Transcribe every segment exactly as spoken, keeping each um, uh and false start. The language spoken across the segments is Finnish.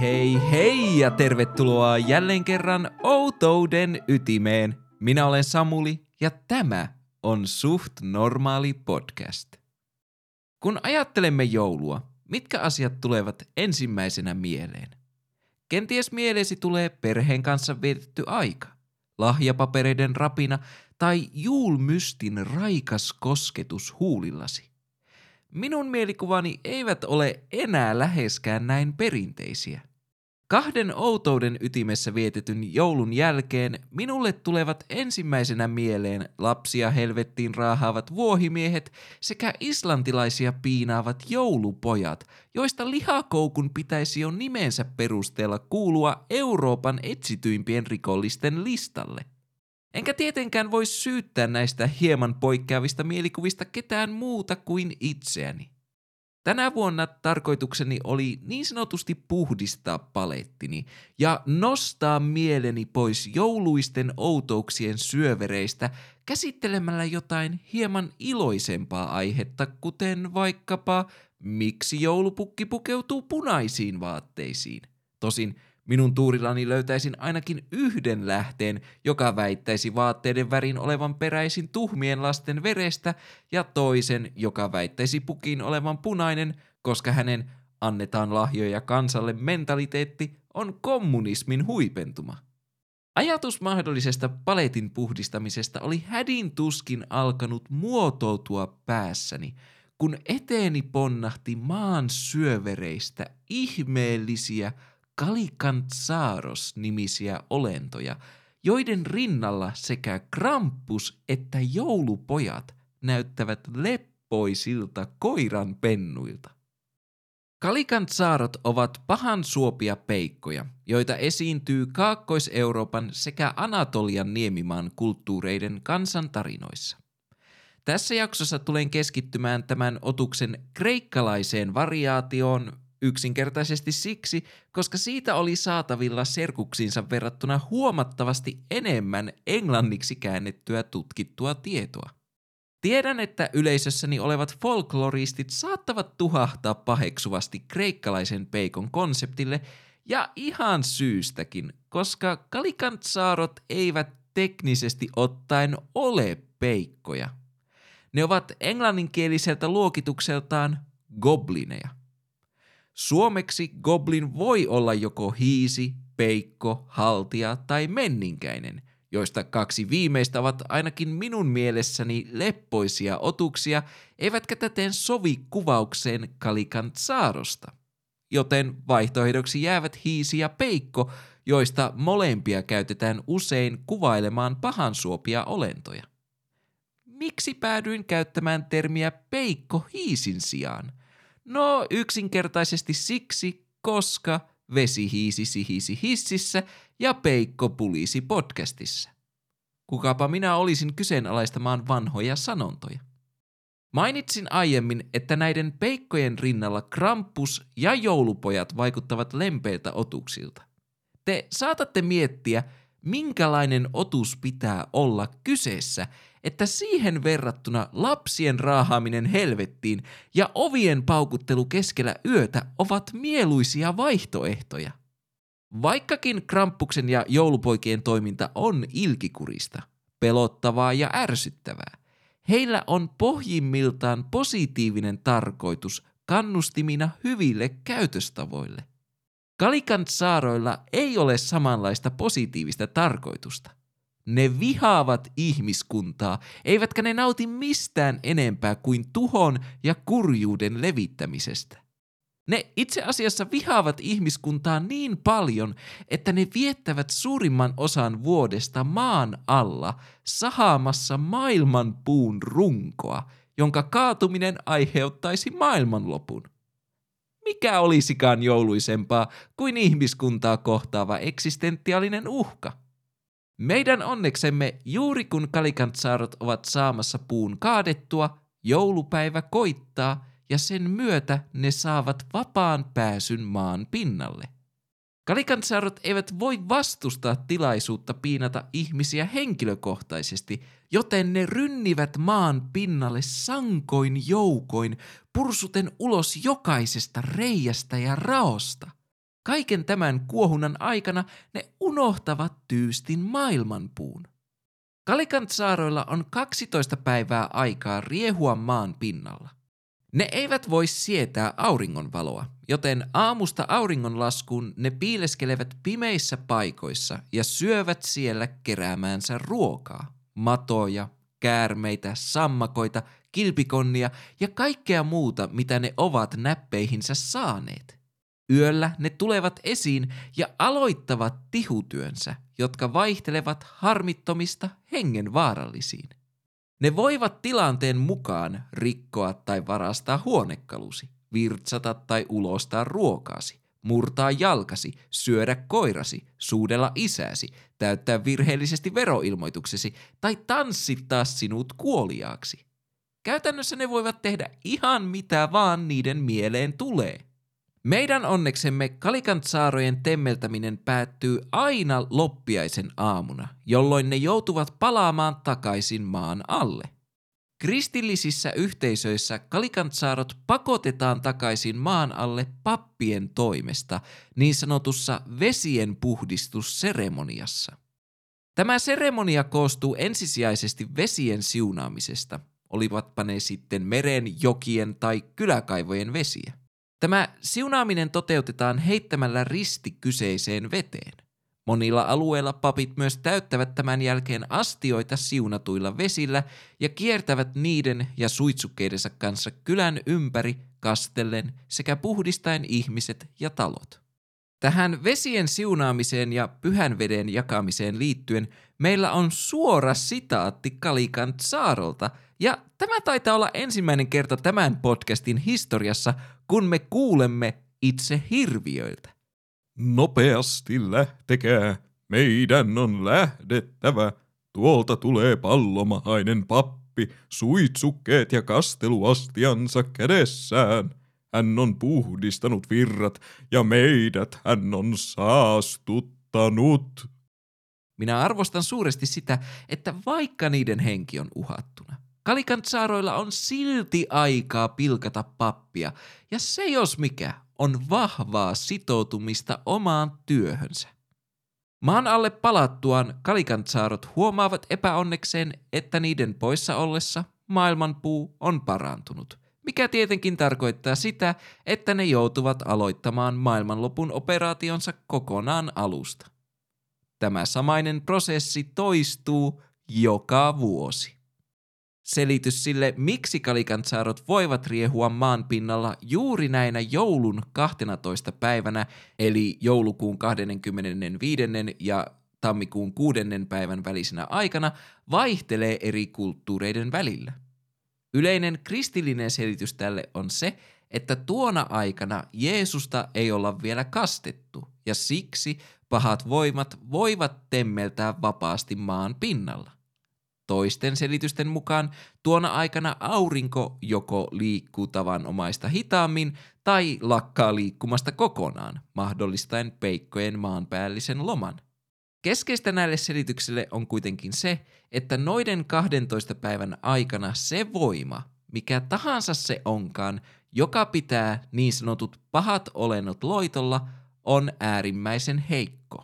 Hei hei ja tervetuloa jälleen kerran Outouden ytimeen. Minä olen Samuli ja tämä on Suht Normaali podcast. Kun ajattelemme joulua, mitkä asiat tulevat ensimmäisenä mieleen? Kenties mieleesi tulee perheen kanssa vietetty aika, lahjapapereiden rapina tai juulmystin raikas kosketus huulillasi. Minun mielikuvani eivät ole enää läheskään näin perinteisiä. Kahden outouden ytimessä vietetyn joulun jälkeen minulle tulevat ensimmäisenä mieleen lapsia helvettiin raahaavat vuohimiehet sekä islantilaisia piinaavat joulupojat, joista lihakoukun pitäisi jo nimensä perusteella kuulua Euroopan etsityimpien rikollisten listalle. Enkä tietenkään voi syyttää näistä hieman poikkeavista mielikuvista ketään muuta kuin itseäni. Tänä vuonna tarkoitukseni oli niin sanotusti puhdistaa palettini ja nostaa mieleni pois jouluisten outouksien syövereistä käsittelemällä jotain hieman iloisempaa aihetta, kuten vaikkapa miksi joulupukki pukeutuu punaisiin vaatteisiin. Tosin minun tuurillani löytäisin ainakin yhden lähteen, joka väittäisi vaatteiden värin olevan peräisin tuhmien lasten verestä, ja toisen, joka väittäisi pukin olevan punainen, koska hänen annetaan lahjoja kansalle mentaliteetti on kommunismin huipentuma. Ajatus mahdollisesta paletin puhdistamisesta oli hädin tuskin alkanut muotoutua päässäni, kun eteeni ponnahti maan syövereistä ihmeellisiä Kalikantsaros-nimisiä olentoja, joiden rinnalla sekä Krampus että joulupojat näyttävät leppoisilta koiranpennuilta. Kalikantsarot ovat pahansuopia peikkoja, joita esiintyy Kaakkois-Euroopan sekä Anatolian niemimaan kulttuureiden kansantarinoissa. Tässä jaksossa tulen keskittymään tämän otuksen kreikkalaiseen variaatioon, yksinkertaisesti siksi, koska siitä oli saatavilla serkuksiinsa verrattuna huomattavasti enemmän englanniksi käännettyä tutkittua tietoa. Tiedän, että yleisössäni olevat folkloristit saattavat tuhahtaa paheksuvasti kreikkalaisen peikon konseptille, ja ihan syystäkin, koska Kalikantsaarot eivät teknisesti ottaen ole peikkoja. Ne ovat englanninkieliseltä luokitukseltaan goblineja. Suomeksi goblin voi olla joko hiisi, peikko, haltija tai menninkäinen, joista kaksi viimeistä ovat ainakin minun mielessäni leppoisia otuksia, eivätkä täten sovi kuvaukseen Kalikantsarosta. Joten vaihtoehdoksi jäävät hiisi ja peikko, joista molempia käytetään usein kuvailemaan pahansuopia olentoja. Miksi päädyin käyttämään termiä peikko hiisin sijaan? No yksinkertaisesti siksi, koska vesi hiisi sihisi hississä ja peikko pulisi podcastissa. Kukapa minä olisin kyseenalaistamaan vanhoja sanontoja. Mainitsin aiemmin, että näiden peikkojen rinnalla Krampus ja joulupojat vaikuttavat lempeiltä otuksilta. Te saatatte miettiä, minkälainen otus pitää olla kyseessä, että siihen verrattuna lapsien raahaaminen helvettiin ja ovien paukuttelu keskellä yötä ovat mieluisia vaihtoehtoja. Vaikkakin Krampuksen ja joulupoikien toiminta on ilkikurista, pelottavaa ja ärsyttävää, heillä on pohjimmiltaan positiivinen tarkoitus kannustimina hyville käytöstavoille. Kalikantsaroilla ei ole samanlaista positiivista tarkoitusta. Ne vihaavat ihmiskuntaa, eivätkä ne nauti mistään enempää kuin tuhon ja kurjuuden levittämisestä. Ne itse asiassa vihaavat ihmiskuntaa niin paljon, että ne viettävät suurimman osan vuodesta maan alla sahaamassa maailman puun runkoa, jonka kaatuminen aiheuttaisi maailmanlopun. Mikä olisikaan jouluisempaa kuin ihmiskuntaa kohtaava eksistentiaalinen uhka? Meidän onneksemme juuri kun Kalikantsaarot ovat saamassa puun kaadettua, joulupäivä koittaa ja sen myötä ne saavat vapaan pääsyn maan pinnalle. Kalikantsaarot eivät voi vastustaa tilaisuutta piinata ihmisiä henkilökohtaisesti, joten ne rynnivät maan pinnalle sankoin joukoin, pursuten ulos jokaisesta reiästä ja raosta. Kaiken tämän kuohunnan aikana ne unohtavat tyystin maailmanpuun. Kalikantsaaroilla on kaksitoista päivää aikaa riehua maan pinnalla. Ne eivät voi sietää auringonvaloa, joten aamusta auringonlaskuun ne piileskelevät pimeissä paikoissa ja syövät siellä keräämäänsä ruokaa, matoja, käärmeitä, sammakoita, kilpikonnia ja kaikkea muuta, mitä ne ovat näppeihinsä saaneet. Yöllä ne tulevat esiin ja aloittavat tihutyönsä, jotka vaihtelevat harmittomista hengenvaarallisiin. Ne voivat tilanteen mukaan rikkoa tai varastaa huonekalusi, virtsata tai ulostaa ruokaasi, murtaa jalkasi, syödä koirasi, suudella isäsi, täyttää virheellisesti veroilmoituksesi tai tanssittaa sinut kuoliaaksi. Käytännössä ne voivat tehdä ihan mitä vaan niiden mieleen tulee. Meidän onneksemme Kalikantsaarojen temmeltäminen päättyy aina loppiaisen aamuna, jolloin ne joutuvat palaamaan takaisin maan alle. Kristillisissä yhteisöissä Kalikantsaarat pakotetaan takaisin maan alle pappien toimesta niin sanotussa vesien puhdistusseremoniassa. Tämä seremonia koostuu ensisijaisesti vesien siunaamisesta, olivatpa ne sitten meren, jokien tai kyläkaivojen vesiä. Tämä siunaaminen toteutetaan heittämällä risti kyseiseen veteen. Monilla alueilla papit myös täyttävät tämän jälkeen astioita siunatuilla vesillä ja kiertävät niiden ja suitsukkeidensa kanssa kylän ympäri kastellen sekä puhdistaen ihmiset ja talot. Tähän vesien siunaamiseen ja pyhän veden jakamiseen liittyen meillä on suora sitaatti Kalikantsaarolta, ja tämä taitaa olla ensimmäinen kerta tämän podcastin historiassa, kun me kuulemme itse hirviöiltä. Nopeasti lähtekää, meidän on lähdettävä. Tuolta tulee pallomahainen pappi, suitsukkeet ja kasteluastiansa kädessään. Hän on puhdistanut virrat ja meidät hän on saastuttanut. Minä arvostan suuresti sitä, että vaikka niiden henki on uhattuna, Kalikantsaaroilla on silti aikaa pilkata pappia, ja se jos mikä on vahvaa sitoutumista omaan työhönsä. Maan alle palattuaan Kalikantsaarat huomaavat epäonnekseen, että niiden poissa ollessa maailmanpuu on parantunut, mikä tietenkin tarkoittaa sitä, että ne joutuvat aloittamaan maailmanlopun operaationsa kokonaan alusta. Tämä samainen prosessi toistuu joka vuosi. Selitys sille, miksi Kalikantsaarat voivat riehua maan pinnalla juuri näinä joulun kahteentoista päivänä, eli joulukuun kahdeskymmenesviides ja tammikuun kuudennen päivän välisenä aikana, vaihtelee eri kulttuureiden välillä. Yleinen kristillinen selitys tälle on se, että tuona aikana Jeesusta ei olla vielä kastettu, ja siksi pahat voimat voivat temmeltää vapaasti maan pinnalla. Toisten selitysten mukaan tuona aikana aurinko joko liikkuu tavanomaista hitaammin tai lakkaa liikkumasta kokonaan, mahdollistaen peikkojen maanpäällisen loman. Keskeistä näille selityksille on kuitenkin se, että noiden kahdentoista päivän aikana se voima, mikä tahansa se onkaan, joka pitää niin sanotut pahat olennot loitolla, on äärimmäisen heikko.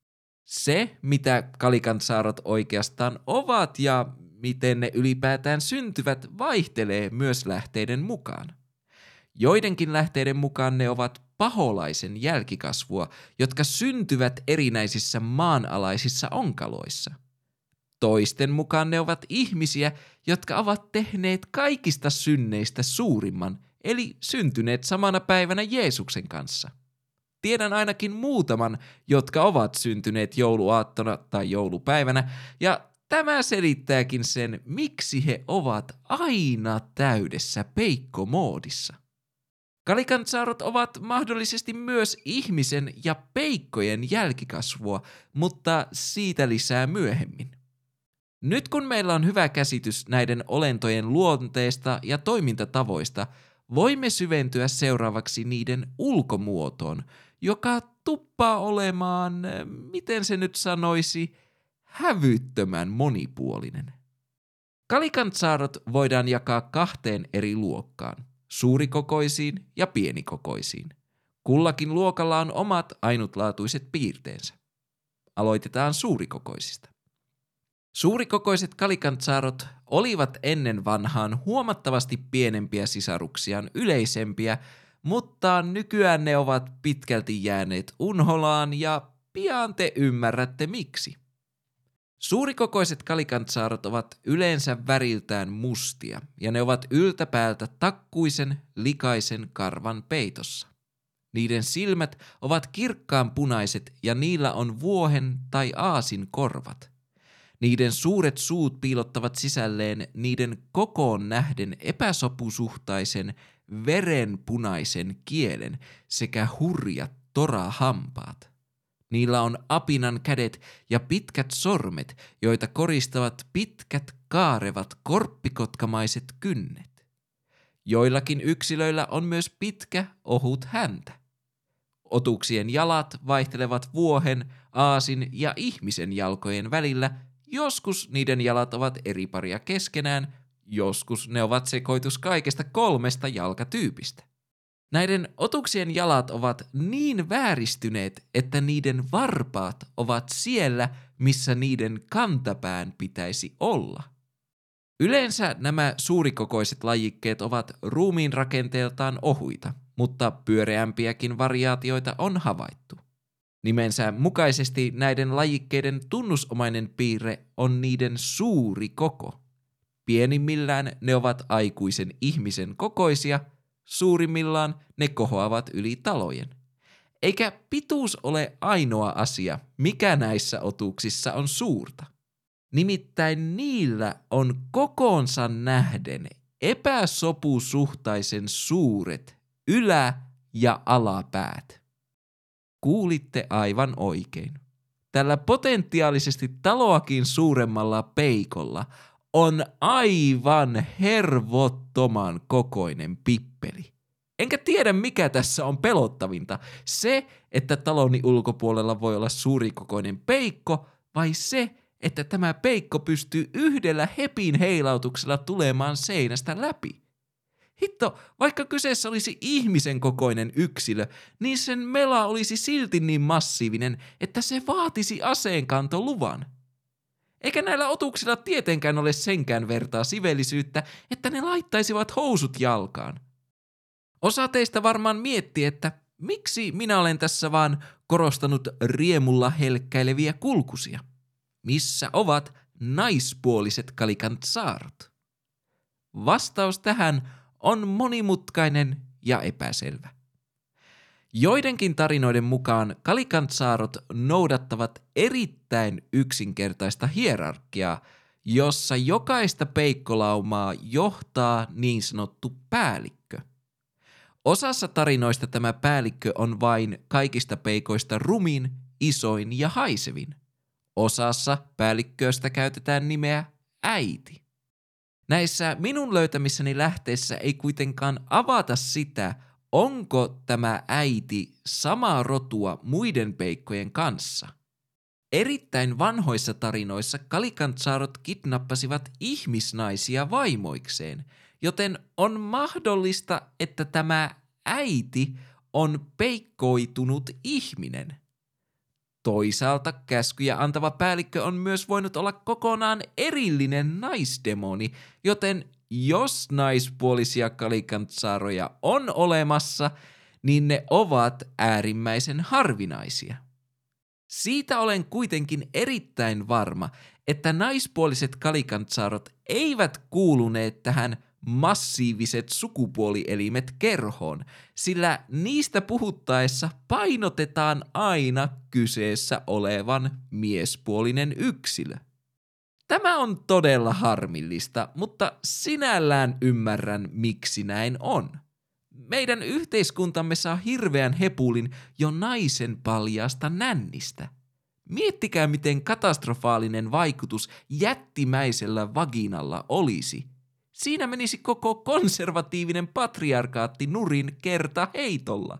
Se, mitä Kalikantsaarat oikeastaan ovat ja miten ne ylipäätään syntyvät, vaihtelee myös lähteiden mukaan. Joidenkin lähteiden mukaan ne ovat paholaisen jälkikasvua, jotka syntyvät erinäisissä maanalaisissa onkaloissa. Toisten mukaan ne ovat ihmisiä, jotka ovat tehneet kaikista synneistä suurimman, eli syntyneet samana päivänä Jeesuksen kanssa. Tiedän ainakin muutaman, jotka ovat syntyneet jouluaattona tai joulupäivänä, ja tämä selittääkin sen, miksi he ovat aina täydessä peikkomoodissa. Kalikantsaarat ovat mahdollisesti myös ihmisen ja peikkojen jälkikasvua, mutta siitä lisää myöhemmin. Nyt kun meillä on hyvä käsitys näiden olentojen luonteesta ja toimintatavoista, voimme syventyä seuraavaksi niiden ulkomuotoon, joka tuppaa olemaan, miten se nyt sanoisi, hävyttömän monipuolinen. Kalikantsaarat voidaan jakaa kahteen eri luokkaan, suurikokoisiin ja pienikokoisiin. Kullakin luokalla on omat ainutlaatuiset piirteensä. Aloitetaan suurikokoisista. Suurikokoiset kalikantsaarot olivat ennen vanhaan huomattavasti pienempiä sisaruksiaan yleisempiä, mutta nykyään ne ovat pitkälti jääneet unholaan ja pian te ymmärrätte miksi. Suurikokoiset kalikantsaarot ovat yleensä väriltään mustia ja ne ovat yltäpäältä takkuisen, likaisen karvan peitossa. Niiden silmät ovat kirkkaan punaiset ja niillä on vuohen tai aasin korvat. Niiden suuret suut piilottavat sisälleen niiden kokoon nähden epäsopusuhtaisen, verenpunaisen kielen sekä hurjat torahampaat. Niillä on apinan kädet ja pitkät sormet, joita koristavat pitkät, kaarevat, korppikotkamaiset kynnet. Joillakin yksilöillä on myös pitkä, ohut häntä. Otuksien jalat vaihtelevat vuohen, aasin ja ihmisen jalkojen välillä. Joskus niiden jalat ovat eri paria keskenään, joskus ne ovat sekoitus kaikesta kolmesta jalkatyypistä. Näiden otuksien jalat ovat niin vääristyneet, että niiden varpaat ovat siellä, missä niiden kantapään pitäisi olla. Yleensä nämä suurikokoiset lajikkeet ovat ruumiin rakenteeltaan ohuita, mutta pyöreämpiäkin variaatioita on havaittu. Nimensä mukaisesti näiden lajikkeiden tunnusomainen piirre on niiden suuri koko. Pienimmillään ne ovat aikuisen ihmisen kokoisia, suurimmillaan ne kohoavat yli talojen. Eikä pituus ole ainoa asia, mikä näissä otuksissa on suurta. Nimittäin niillä on kokoonsa nähden epäsopusuhtaisen suuret ylä- ja alapäät. Kuulitte aivan oikein. Tällä potentiaalisesti taloakin suuremmalla peikolla on aivan hervottoman kokoinen pippeli. Enkä tiedä mikä tässä on pelottavinta, se, että taloni ulkopuolella voi olla suurikokoinen peikko vai se, että tämä peikko pystyy yhdellä hepin heilautuksella tulemaan seinästä läpi. Hitto, vaikka kyseessä olisi ihmisen kokoinen yksilö, niin sen mela olisi silti niin massiivinen, että se vaatisi aseenkantoluvan. Eikä näillä otuksilla tietenkään ole senkään vertaa sivellisyyttä, että ne laittaisivat housut jalkaan. Osa teistä varmaan miettii, että miksi minä olen tässä vaan korostanut riemulla helkkäileviä kulkusia. Missä ovat naispuoliset kalikantsaarot? Vastaus tähän on monimutkainen ja epäselvä. Joidenkin tarinoiden mukaan kalikantsaarot noudattavat erittäin yksinkertaista hierarkiaa, jossa jokaista peikkolaumaa johtaa niin sanottu päällikkö. Osassa tarinoista tämä päällikkö on vain kaikista peikoista rumin, isoin ja haisevin. Osassa päällikköstä käytetään nimeä äiti. Näissä minun löytämissäni lähteissä ei kuitenkaan avata sitä, onko tämä äiti samaa rotua muiden peikkojen kanssa. Erittäin vanhoissa tarinoissa kalikantsaarot kidnappasivat ihmisnaisia vaimoikseen, joten on mahdollista, että tämä äiti on peikkoitunut ihminen. Toisaalta käskyjä antava päällikkö on myös voinut olla kokonaan erillinen naisdemoni, joten jos naispuolisia kalikantsaaroja on olemassa, niin ne ovat äärimmäisen harvinaisia. Siitä olen kuitenkin erittäin varma, että naispuoliset kalikantsaarat eivät kuuluneet tähän massiiviset sukupuolielimet kerhoon, sillä niistä puhuttaessa painotetaan aina kyseessä olevan miespuolinen yksilö. Tämä on todella harmillista, mutta sinällään ymmärrän, miksi näin on. Meidän yhteiskuntamme saa hirveän hepulin jo naisen paljaasta nännistä. Miettikää, miten katastrofaalinen vaikutus jättimäisellä vaginalla olisi. Siinä menisi koko konservatiivinen patriarkaatti nurin kerta heitolla.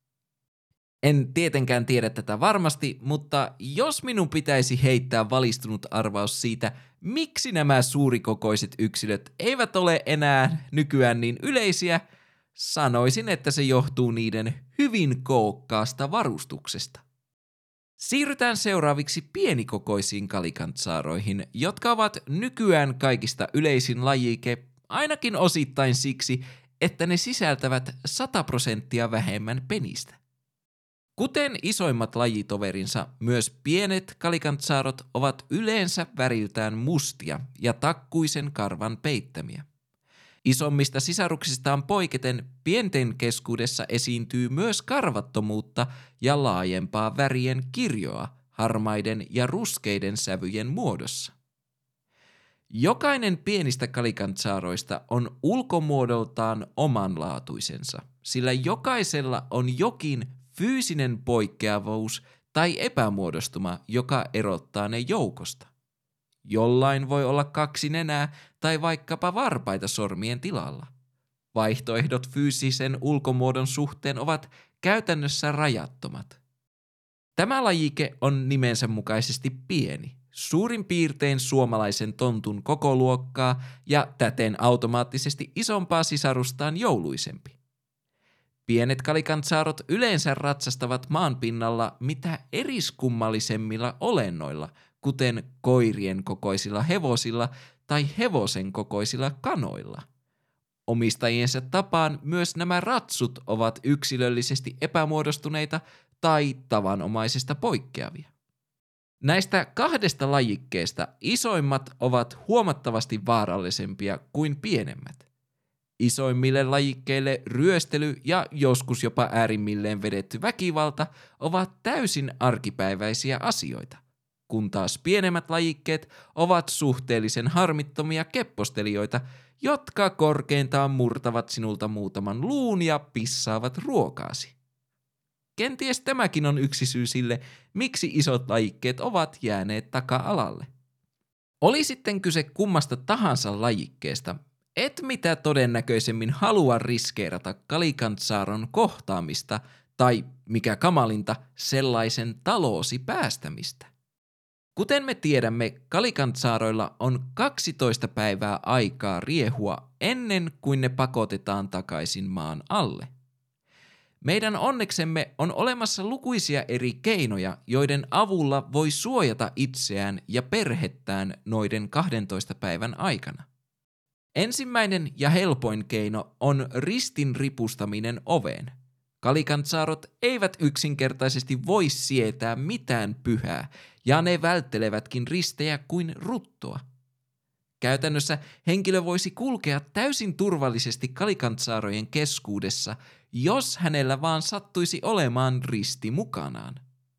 En tietenkään tiedä tätä varmasti, mutta jos minun pitäisi heittää valistunut arvaus siitä, miksi nämä suurikokoiset yksilöt eivät ole enää nykyään niin yleisiä, Sanoisin, että se johtuu niiden hyvin kookkaasta varustuksesta. Siirrytään seuraaviksi pienikokoisiin kalikantsaaroihin, jotka ovat nykyään kaikista yleisin lajike, ainakin osittain siksi, että ne sisältävät sata prosenttia vähemmän penistä. Kuten isoimmat lajitoverinsa, myös pienet kalikantsarot ovat yleensä väriltään mustia ja takkuisen karvan peittämiä. Isommista sisaruksistaan poiketen pienten keskuudessa esiintyy myös karvattomuutta ja laajempaa värien kirjoa harmaiden ja ruskeiden sävyjen muodossa. Jokainen pienistä kalikantsaaroista on ulkomuodoltaan omanlaatuisensa, sillä jokaisella on jokin fyysinen poikkeavuus tai epämuodostuma, joka erottaa ne joukosta. Jollain voi olla kaksi nenää tai vaikkapa varpaita sormien tilalla. Vaihtoehdot fyysisen ulkomuodon suhteen ovat käytännössä rajattomat. Tämä lajike on nimensä mukaisesti pieni, suurin piirtein suomalaisen tontun kokoluokkaa ja täten automaattisesti isompaa sisarustaan jouluisempi. Pienet kalikantsarot yleensä ratsastavat maanpinnalla mitä eriskummallisemmilla olennoilla, kuten koirien kokoisilla hevosilla tai hevosen kokoisilla kanoilla. Omistajiensa tapaan myös nämä ratsut ovat yksilöllisesti epämuodostuneita tai tavanomaisesta poikkeavia. Näistä kahdesta lajikkeesta isoimmat ovat huomattavasti vaarallisempia kuin pienemmät. Isoimmille lajikkeille ryöstely ja joskus jopa äärimmilleen vedetty väkivalta ovat täysin arkipäiväisiä asioita, kun taas pienemmät lajikkeet ovat suhteellisen harmittomia keppostelijoita, jotka korkeintaan murtavat sinulta muutaman luun ja pissaavat ruokaasi. Kenties tämäkin on yksi syy sille, miksi isot lajikkeet ovat jääneet taka-alalle. Oli sitten kyse kummasta tahansa lajikkeesta, et mitä todennäköisemmin halua riskeerata kalikantsaron kohtaamista tai, mikä kamalinta, sellaisen taloosi päästämistä. Kuten me tiedämme, kalikantsaroilla on kaksitoista päivää aikaa riehua ennen kuin ne pakotetaan takaisin maan alle. Meidän onneksemme on olemassa lukuisia eri keinoja, joiden avulla voi suojata itseään ja perhettään noiden kahdentoista päivän aikana. Ensimmäinen ja helpoin keino on ristin ripustaminen oveen. Kalikantsarot eivät yksinkertaisesti voi sietää mitään pyhää, ja ne välttelevätkin ristejä kuin ruttoa. Käytännössä henkilö voisi kulkea täysin turvallisesti kalikantsarojen keskuudessa, jos hänellä vaan sattuisi olemaan risti mukanaan.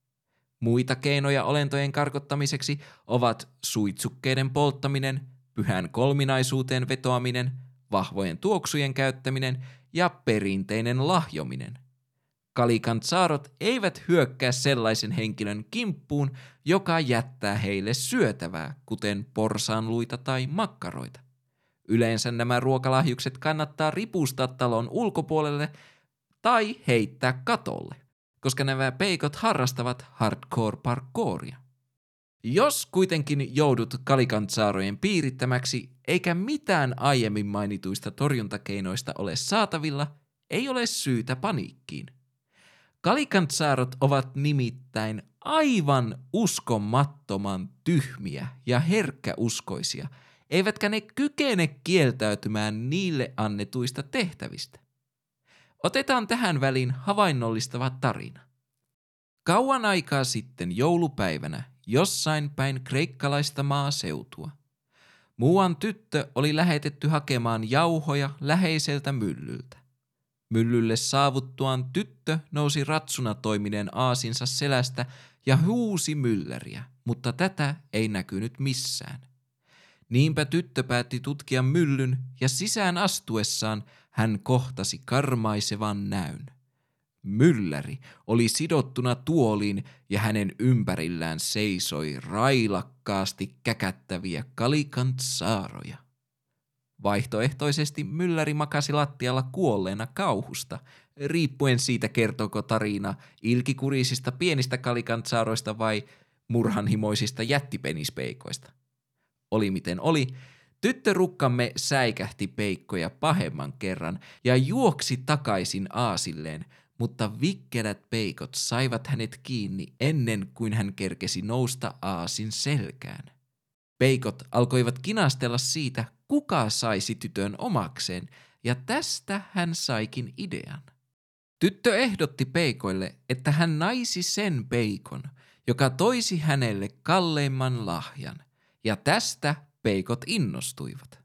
Muita keinoja olentojen karkottamiseksi ovat suitsukkeiden polttaminen, pyhän kolminaisuuteen vetoaminen, vahvojen tuoksujen käyttäminen ja perinteinen lahjominen. Kalikantsarot eivät hyökkää sellaisen henkilön kimppuun, joka jättää heille syötävää, kuten porsaanluita tai makkaroita. Yleensä nämä ruokalahjukset kannattaa ripustaa talon ulkopuolelle tai heittää katolle, koska nämä peikot harrastavat hardcore parkouria. Jos kuitenkin joudut kalikantsarojen piirittämäksi eikä mitään aiemmin mainituista torjuntakeinoista ole saatavilla, ei ole syytä paniikkiin. Kalikantsarot ovat nimittäin aivan uskomattoman tyhmiä ja herkkäuskoisia, eivätkä ne kykene kieltäytymään niille annetuista tehtävistä. Otetaan tähän väliin havainnollistava tarina. Kauan aikaa sitten joulupäivänä jossain päin kreikkalaista maaseutua. Muuan tyttö oli lähetetty hakemaan jauhoja läheiseltä myllyltä. Myllylle saavuttuaan tyttö nousi ratsuna toimineen aasinsa selästä ja huusi mylläriä, mutta tätä ei näkynyt missään. Niinpä tyttö päätti tutkia myllyn ja sisään astuessaan hän kohtasi karmaisevan näyn. Mylläri oli sidottuna tuoliin ja hänen ympärillään seisoi railakkaasti käkättäviä kalikantsaroja. Vaihtoehtoisesti mylläri makasi lattialla kuolleena kauhusta, riippuen siitä kertooko tarina ilkikurisista pienistä kalikantsaroista vai murhanhimoisista jättipenispeikoista. Oli miten oli, Tyttörukkamme säikähti peikkoja pahemman kerran ja juoksi takaisin aasilleen, mutta vikkelät peikot saivat hänet kiinni ennen kuin hän kerkesi nousta aasin selkään. Peikot alkoivat kinastella siitä, kuka saisi tytön omakseen, ja tästä hän saikin idean. Tyttö ehdotti peikoille, että hän naisi sen peikon, joka toisi hänelle kalleimman lahjan, ja tästä peikot innostuivat.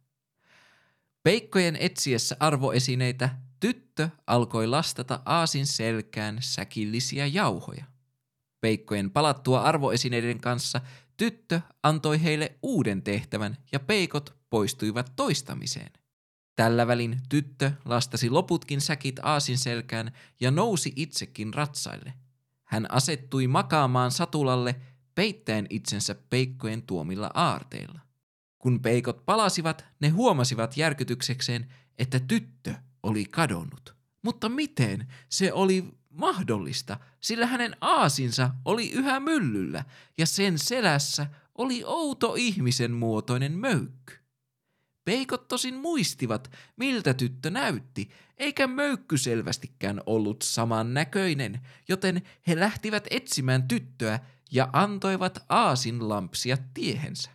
Peikkojen etsiessä arvoesineitä tyttö alkoi lastata aasin selkään säkillisiä jauhoja. Peikkojen palattua arvoesineiden kanssa tyttö antoi heille uuden tehtävän ja peikot poistuivat toistamiseen. Tällä välin tyttö lastasi loputkin säkit aasin selkään ja nousi itsekin ratsaille. Hän asettui makaamaan satulalle peittäen itsensä peikkojen tuomilla aarteilla. Kun peikot palasivat, ne huomasivat järkytyksekseen, että tyttö oli kadonnut. Mutta miten se oli mahdollista, sillä hänen aasinsa oli yhä myllyllä ja sen selässä oli outo ihmisen muotoinen möykky. Peikot tosin muistivat, miltä tyttö näytti, eikä möykky selvästikään ollut saman näköinen, joten he lähtivät etsimään tyttöä ja antoivat aasin lampsia tiehensä.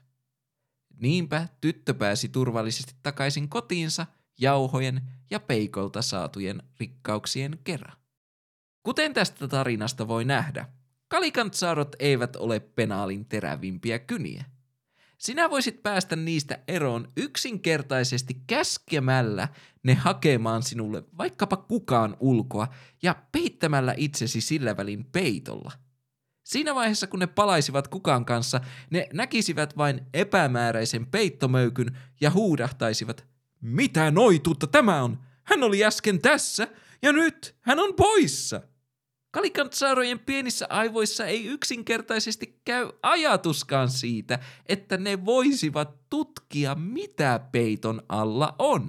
Niinpä tyttö pääsi turvallisesti takaisin kotiinsa jauhojen ja peikolta saatujen rikkauksien kerran. Kuten tästä tarinasta voi nähdä, kalikantsaarot eivät ole penaalin terävimpiä kyniä. Sinä voisit päästä niistä eroon yksinkertaisesti käskemällä ne hakemaan sinulle vaikkapa kukaan ulkoa ja peittämällä itsesi sillä välin peitolla. Siinä vaiheessa, kun ne palaisivat kukaan kanssa, ne näkisivät vain epämääräisen peittomöykyn ja huudahtaisivat, mitä noituutta tämä on? Hän oli äsken tässä ja nyt hän on poissa. Kalikantsaarojen pienissä aivoissa ei yksinkertaisesti käy ajatuskaan siitä, että ne voisivat tutkia, mitä peiton alla on.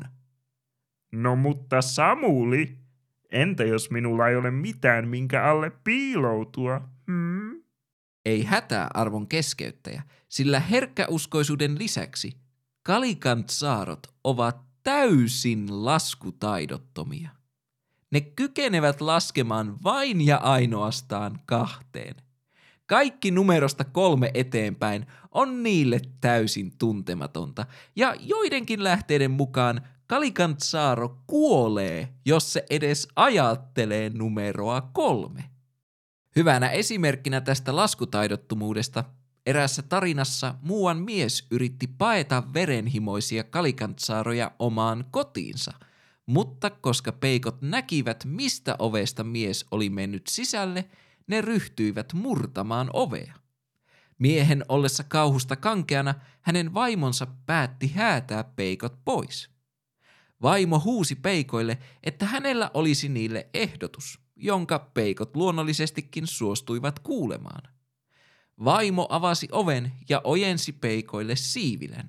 No mutta Samuli, entä jos minulla ei ole mitään, minkä alle piiloutua? Hmm? Ei hätää, arvon keskeyttäjä, sillä herkkäuskoisuuden lisäksi kalikantsaarat ovat täysin laskutaidottomia. Ne kykenevät laskemaan vain ja ainoastaan kahteen. Kaikki numerosta kolme eteenpäin on niille täysin tuntematonta, ja joidenkin lähteiden mukaan kalikantsaro kuolee, jos se edes ajattelee numeroa kolme. Hyvänä esimerkkinä tästä laskutaidottomuudesta eräässä tarinassa muuan mies yritti paeta verenhimoisia kalikantsaaroja omaan kotiinsa, mutta koska peikot näkivät, mistä ovesta mies oli mennyt sisälle, ne ryhtyivät murtamaan ovea. Miehen ollessa kauhusta kankeana hänen vaimonsa päätti häätää peikot pois. Vaimo huusi peikoille, että hänellä olisi niille ehdotus, jonka peikot luonnollisestikin suostuivat kuulemaan. Vaimo avasi oven ja ojensi peikoille siivilän.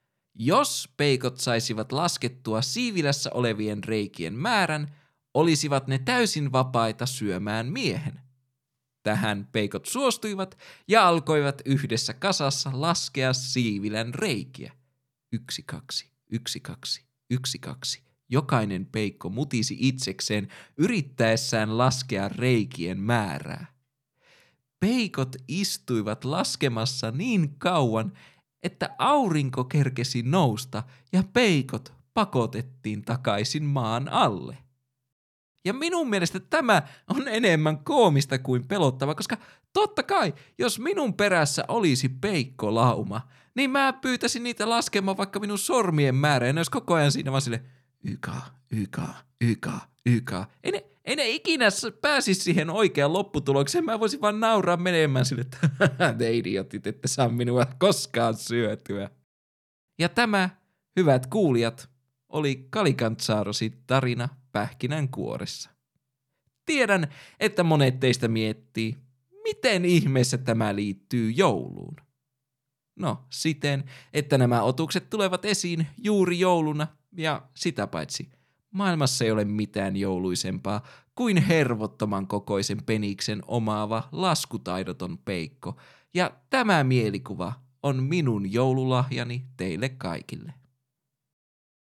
Jos peikot saisivat laskettua siivilässä olevien reikien määrän, olisivat ne täysin vapaita syömään miehen. Tähän peikot suostuivat ja alkoivat yhdessä kasassa laskea siivilän reikiä. Yksi, kaksi, yksi, kaksi, yksi, kaksi. Jokainen peikko mutisi itsekseen yrittäessään laskea reikien määrää. Peikot istuivat laskemassa niin kauan, että aurinko kerkesi nousta ja peikot pakotettiin takaisin maan alle. Ja minun mielestä tämä on enemmän koomista kuin pelottava, koska totta kai, jos minun perässä olisi peikkolauma, niin mä pyytäisin niitä laskemaan vaikka minun sormien määrä, ja ne olisi koko ajan siinä vaan sille yka, yka, yka, yka. Ei ne, ei ne ikinä pääsisi siihen oikeaan lopputulokseen, mä voisin vaan nauraa menemään sille, että te idiotit, ette saa minua koskaan syötyä. Ja tämä, hyvät kuulijat, oli Kalikantsarosi tarina pähkinänkuoressa. Tiedän, että monet teistä miettii, miten ihmeessä tämä liittyy jouluun. No, siten, että nämä otukset tulevat esiin juuri jouluna, ja sitä paitsi maailmassa ei ole mitään jouluisempaa kuin hervottoman kokoisen peniksen omaava laskutaidoton peikko, ja tämä mielikuva on minun joululahjani teille kaikille.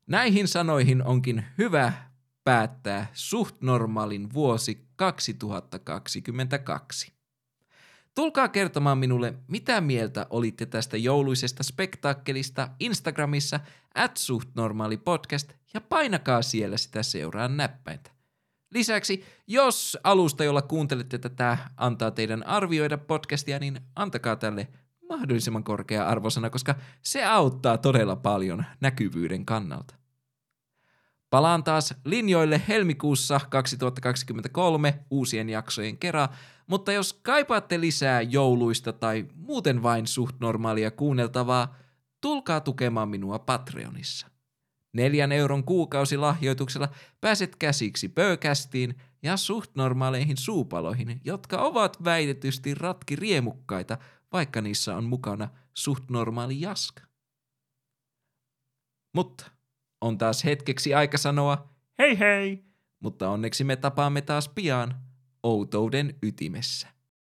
Näihin sanoihin onkin hyvä päättää suht normaalin vuosi kaksituhattakaksikymmentäkaksi. Tulkaa kertomaan minulle, mitä mieltä olitte tästä jouluisesta spektaakkelista Instagramissa at suhtnormaalipodcast ja painakaa siellä sitä seuraan näppäintä. Lisäksi, jos alusta, jolla kuuntelette tätä, antaa teidän arvioida podcastia, niin antakaa tälle mahdollisimman korkea arvosana, koska se auttaa todella paljon näkyvyyden kannalta. Palaan taas linjoille helmikuussa kaksituhattakaksikymmentäkolme uusien jaksojen kerran, mutta jos kaipaatte lisää jouluista tai muuten vain suht normaalia kuunneltavaa, tulkaa tukemaan minua Patreonissa. Neljän euron kuukausilahjoituksella pääset käsiksi Pöökästiin ja suht normaaleihin suupaloihin, jotka ovat väitetysti ratkiriemukkaita, vaikka niissä on mukana suht normaali jaska. Mutta on taas hetkeksi aika sanoa Hei hei! mutta onneksi me tapaamme taas pian outouden ytimessä.